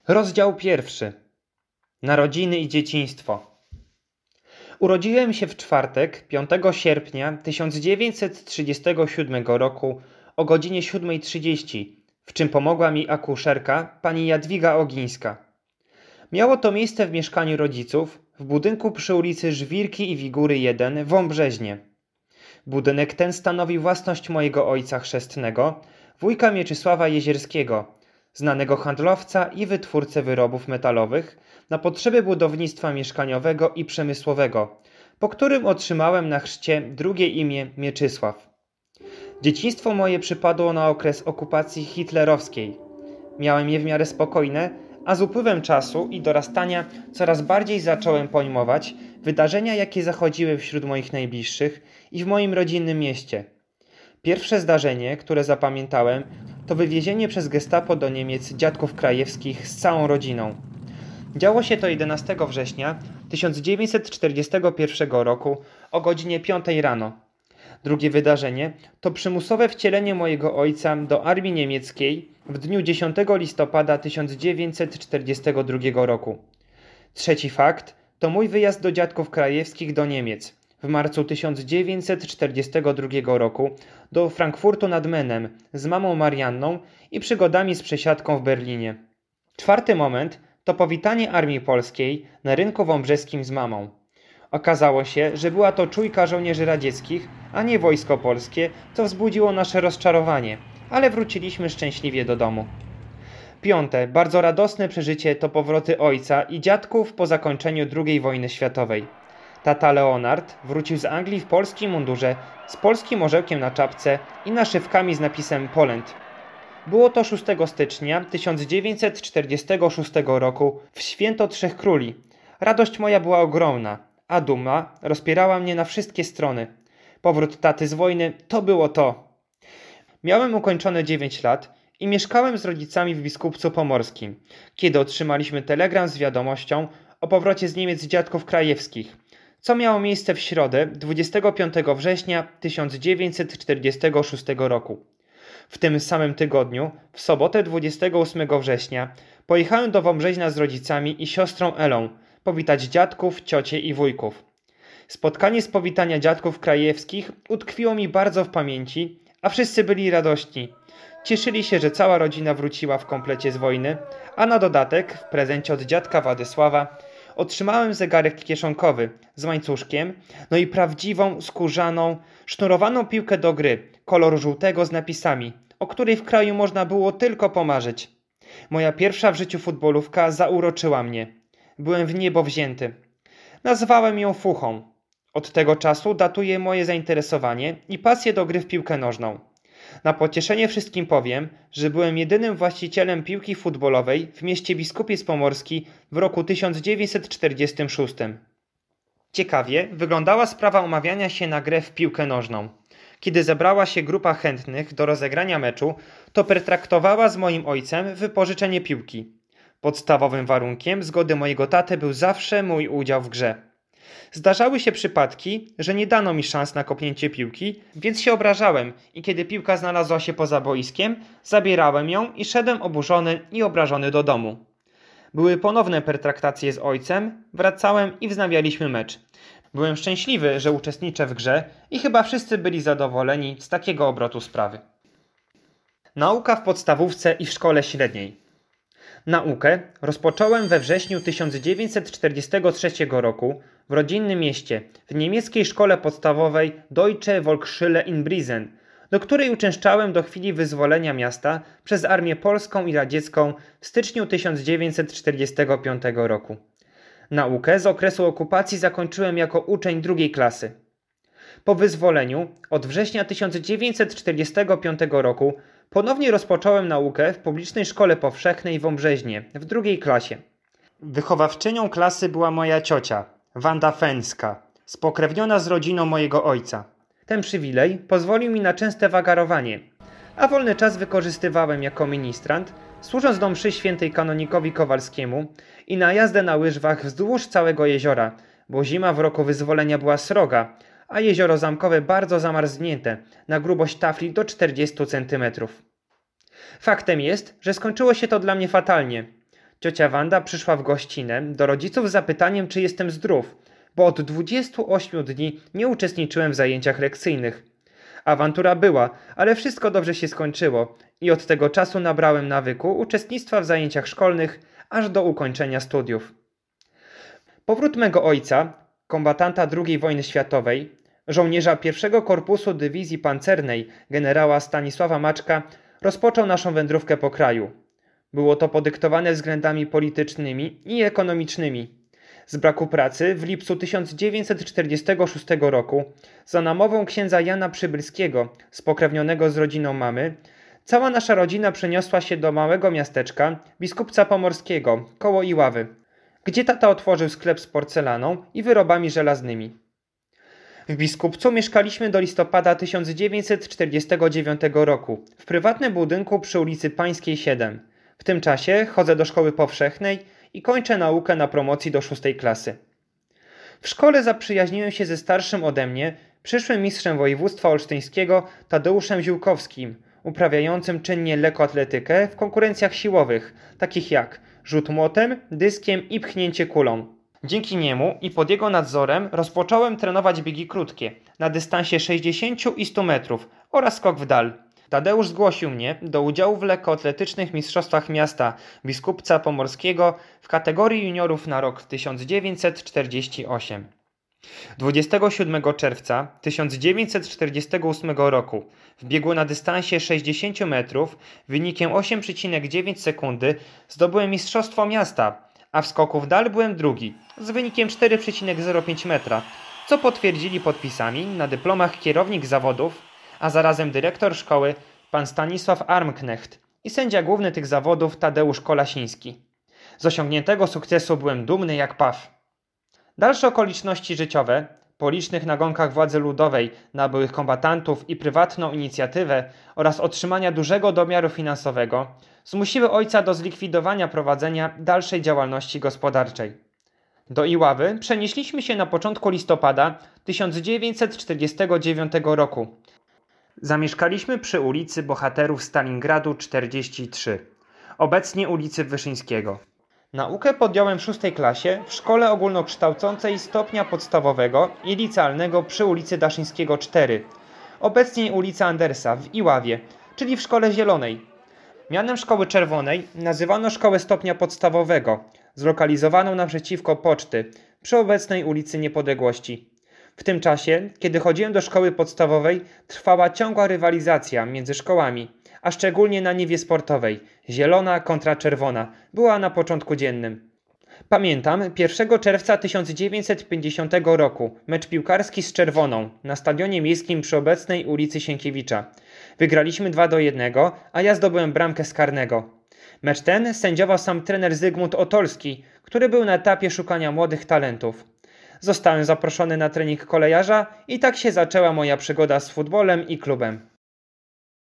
Rozdział 1. Narodziny i dzieciństwo. Urodziłem się w czwartek, 5 sierpnia 1937 roku o godzinie 7:30, w czym pomogła mi akuszerka pani Jadwiga Ogińska. Miało to miejsce w mieszkaniu rodziców, w budynku przy ulicy Żwirki i Wigury 1 w Wąbrzeźnie. Budynek ten stanowił własność mojego ojca chrzestnego, wujka Mieczysława Jezierskiego, znanego handlowca i wytwórcę wyrobów metalowych na potrzeby budownictwa mieszkaniowego i przemysłowego, po którym otrzymałem na chrzcie drugie imię Mieczysław. Dzieciństwo moje przypadło na okres okupacji hitlerowskiej. Miałem je w miarę spokojne, a z upływem czasu i dorastania coraz bardziej zacząłem pojmować wydarzenia, jakie zachodziły wśród moich najbliższych i w moim rodzinnym mieście. Pierwsze zdarzenie, które zapamiętałem, to wywiezienie przez gestapo do Niemiec dziadków krajewskich z całą rodziną. Działo się to 11 września 1941 roku o godzinie 5 rano. Drugie wydarzenie to przymusowe wcielenie mojego ojca do armii niemieckiej w dniu 10 listopada 1942 roku. Trzeci fakt to mój wyjazd do dziadków krajewskich do Niemiec w marcu 1942 roku do Frankfurtu nad Menem z mamą Marianną i przygodami z przesiadką w Berlinie. Czwarty moment to powitanie Armii Polskiej na rynku wąbrzeskim z mamą. Okazało się, że była to czujka żołnierzy radzieckich, a nie wojsko polskie, co wzbudziło nasze rozczarowanie, ale wróciliśmy szczęśliwie do domu. Piąte, bardzo radosne przeżycie to powroty ojca i dziadków po zakończeniu II wojny światowej. Tata Leonard wrócił z Anglii w polskim mundurze, z polskim orzełkiem na czapce i naszywkami z napisem Poland. Było to 6 stycznia 1946 roku w święto Trzech Króli. Radość moja była ogromna, a duma rozpierała mnie na wszystkie strony. Powrót taty z wojny to było to. Miałem ukończone 9 lat i mieszkałem z rodzicami w Biskupcu Pomorskim, kiedy otrzymaliśmy telegram z wiadomością o powrocie z Niemiec dziadków krajewskich, co miało miejsce w środę 25 września 1946 roku. W tym samym tygodniu, w sobotę 28 września, pojechałem do Wąbrzeźna z rodzicami i siostrą Elą, powitać dziadków, ciocie i wujków. Spotkanie z powitania dziadków krajewskich utkwiło mi bardzo w pamięci, a wszyscy byli radośni. Cieszyli się, że cała rodzina wróciła w komplecie z wojny, a na dodatek, w prezencie od dziadka Władysława, otrzymałem zegarek kieszonkowy z łańcuszkiem, no i prawdziwą, skórzaną, sznurowaną piłkę do gry, koloru żółtego z napisami, o której w kraju można było tylko pomarzyć. Moja pierwsza w życiu futbolówka zauroczyła mnie. Byłem w niebo wzięty. Nazwałem ją fuchą. Od tego czasu datuje moje zainteresowanie i pasję do gry w piłkę nożną. Na pocieszenie wszystkim powiem, że byłem jedynym właścicielem piłki futbolowej w mieście Biskupiec Pomorski w roku 1946. Ciekawie wyglądała sprawa umawiania się na grę w piłkę nożną. Kiedy zebrała się grupa chętnych do rozegrania meczu, to pertraktowała z moim ojcem wypożyczenie piłki. Podstawowym warunkiem zgody mojego taty był zawsze mój udział w grze. Zdarzały się przypadki, że nie dano mi szans na kopnięcie piłki, więc się obrażałem i kiedy piłka znalazła się poza boiskiem, zabierałem ją i szedłem oburzony i obrażony do domu. Były ponowne pertraktacje z ojcem, wracałem i wznawialiśmy mecz. Byłem szczęśliwy, że uczestniczę w grze i chyba wszyscy byli zadowoleni z takiego obrotu sprawy. Nauka w podstawówce i w szkole średniej. Naukę rozpocząłem we wrześniu 1943 roku w rodzinnym mieście, w niemieckiej szkole podstawowej Deutsche Volksschule in Briesen, do której uczęszczałem do chwili wyzwolenia miasta przez armię polską i radziecką w styczniu 1945 roku. Naukę z okresu okupacji zakończyłem jako uczeń drugiej klasy. Po wyzwoleniu od września 1945 roku ponownie rozpocząłem naukę w publicznej szkole powszechnej w Wąbrzeźnie w drugiej klasie. Wychowawczynią klasy była moja ciocia, Wanda Fęska, spokrewniona z rodziną mojego ojca. Ten przywilej pozwolił mi na częste wagarowanie, a wolny czas wykorzystywałem jako ministrant, służąc do mszy świętej kanonikowi Kowalskiemu i na jazdę na łyżwach wzdłuż całego jeziora, bo zima w roku wyzwolenia była sroga, a jezioro zamkowe bardzo zamarznięte, na grubość tafli do 40 cm. Faktem jest, że skończyło się to dla mnie fatalnie. Ciocia Wanda przyszła w gościnę do rodziców z zapytaniem, czy jestem zdrów, bo od 28 dni nie uczestniczyłem w zajęciach lekcyjnych. Awantura była, ale wszystko dobrze się skończyło i od tego czasu nabrałem nawyku uczestnictwa w zajęciach szkolnych aż do ukończenia studiów. Powrót mego ojca, kombatanta II wojny światowej, żołnierza I Korpusu Dywizji Pancernej generała Stanisława Maczka, rozpoczął naszą wędrówkę po kraju. Było to podyktowane względami politycznymi i ekonomicznymi. Z braku pracy w lipcu 1946 roku, za namową księdza Jana Przybylskiego, spokrewnionego z rodziną mamy, cała nasza rodzina przeniosła się do małego miasteczka Biskupca Pomorskiego, koło Iławy, gdzie tata otworzył sklep z porcelaną i wyrobami żelaznymi. W Biskupcu mieszkaliśmy do listopada 1949 roku w prywatnym budynku przy ulicy Pańskiej 7. W tym czasie chodzę do szkoły powszechnej i kończę naukę na promocji do 6 klasy. W szkole zaprzyjaźniłem się ze starszym ode mnie, przyszłym mistrzem województwa olsztyńskiego Tadeuszem Ziółkowskim, uprawiającym czynnie lekkoatletykę w konkurencjach siłowych, takich jak rzut młotem, dyskiem i pchnięcie kulą. Dzięki niemu i pod jego nadzorem rozpocząłem trenować biegi krótkie, na dystansie 60 i 100 metrów oraz skok w dal. Tadeusz zgłosił mnie do udziału w lekkoatletycznych mistrzostwach miasta Biskupca Pomorskiego w kategorii juniorów na rok 1948. 27 czerwca 1948 roku w biegu na dystansie 60 metrów wynikiem 8,9 sekundy zdobyłem mistrzostwo miasta, a w skoku w dal byłem drugi z wynikiem 4,05 metra, co potwierdzili podpisami na dyplomach kierownik zawodów, a zarazem dyrektor szkoły pan Stanisław Armknecht i sędzia główny tych zawodów Tadeusz Kolasiński. Z osiągniętego sukcesu byłem dumny jak paw. Dalsze okoliczności życiowe, po licznych nagonkach władzy ludowej na byłych kombatantów i prywatną inicjatywę oraz otrzymania dużego domiaru finansowego, zmusiły ojca do zlikwidowania prowadzenia dalszej działalności gospodarczej. Do Iławy przenieśliśmy się na początku listopada 1949 roku. Zamieszkaliśmy przy ulicy Bohaterów Stalingradu 43, obecnie ulicy Wyszyńskiego. Naukę podjąłem w 6 klasie w szkole ogólnokształcącej stopnia podstawowego i licealnego przy ulicy Daszyńskiego 4, obecnie ulica Andersa w Iławie, czyli w Szkole Zielonej. Mianem Szkoły Czerwonej nazywano szkołę stopnia podstawowego, zlokalizowaną naprzeciwko poczty, przy obecnej ulicy Niepodległości. W tym czasie, kiedy chodziłem do szkoły podstawowej, trwała ciągła rywalizacja między szkołami, a szczególnie na niwie sportowej. Zielona kontra czerwona była na początku dziennym. Pamiętam 1 czerwca 1950 roku mecz piłkarski z Czerwoną na stadionie miejskim przy obecnej ulicy Sienkiewicza. Wygraliśmy 2-1, a ja zdobyłem bramkę z karnego. Mecz ten sędziował sam trener Zygmunt Otolski, który był na etapie szukania młodych talentów. Zostałem zaproszony na trening kolejarza i tak się zaczęła moja przygoda z futbolem i klubem.